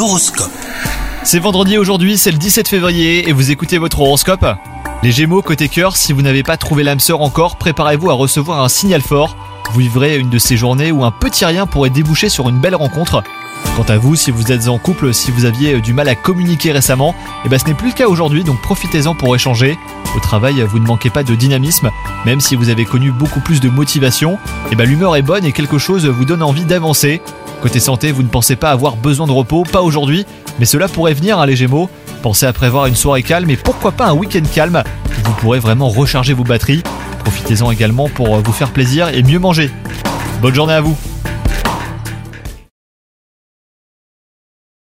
L'horoscope. C'est vendredi aujourd'hui, c'est le 17 février et vous écoutez votre horoscope. Les Gémeaux, côté cœur, si vous n'avez pas trouvé l'âme sœur encore, préparez-vous à recevoir un signal fort. Vous vivrez une de ces journées où un petit rien pourrait déboucher sur une belle rencontre. Quant à vous, si vous êtes en couple, si vous aviez du mal à communiquer récemment, ce n'est plus le cas aujourd'hui, donc profitez-en pour échanger. Au travail, vous ne manquez pas de dynamisme, même si vous avez connu beaucoup plus de motivation. L'humeur est bonne et quelque chose vous donne envie d'avancer. Côté santé, vous ne pensez pas avoir besoin de repos, pas aujourd'hui, mais cela pourrait venir, les Gémeaux. Pensez à prévoir une soirée calme et pourquoi pas un week-end calme. Vous pourrez vraiment recharger vos batteries. Profitez-en également pour vous faire plaisir et mieux manger. Bonne journée à vous.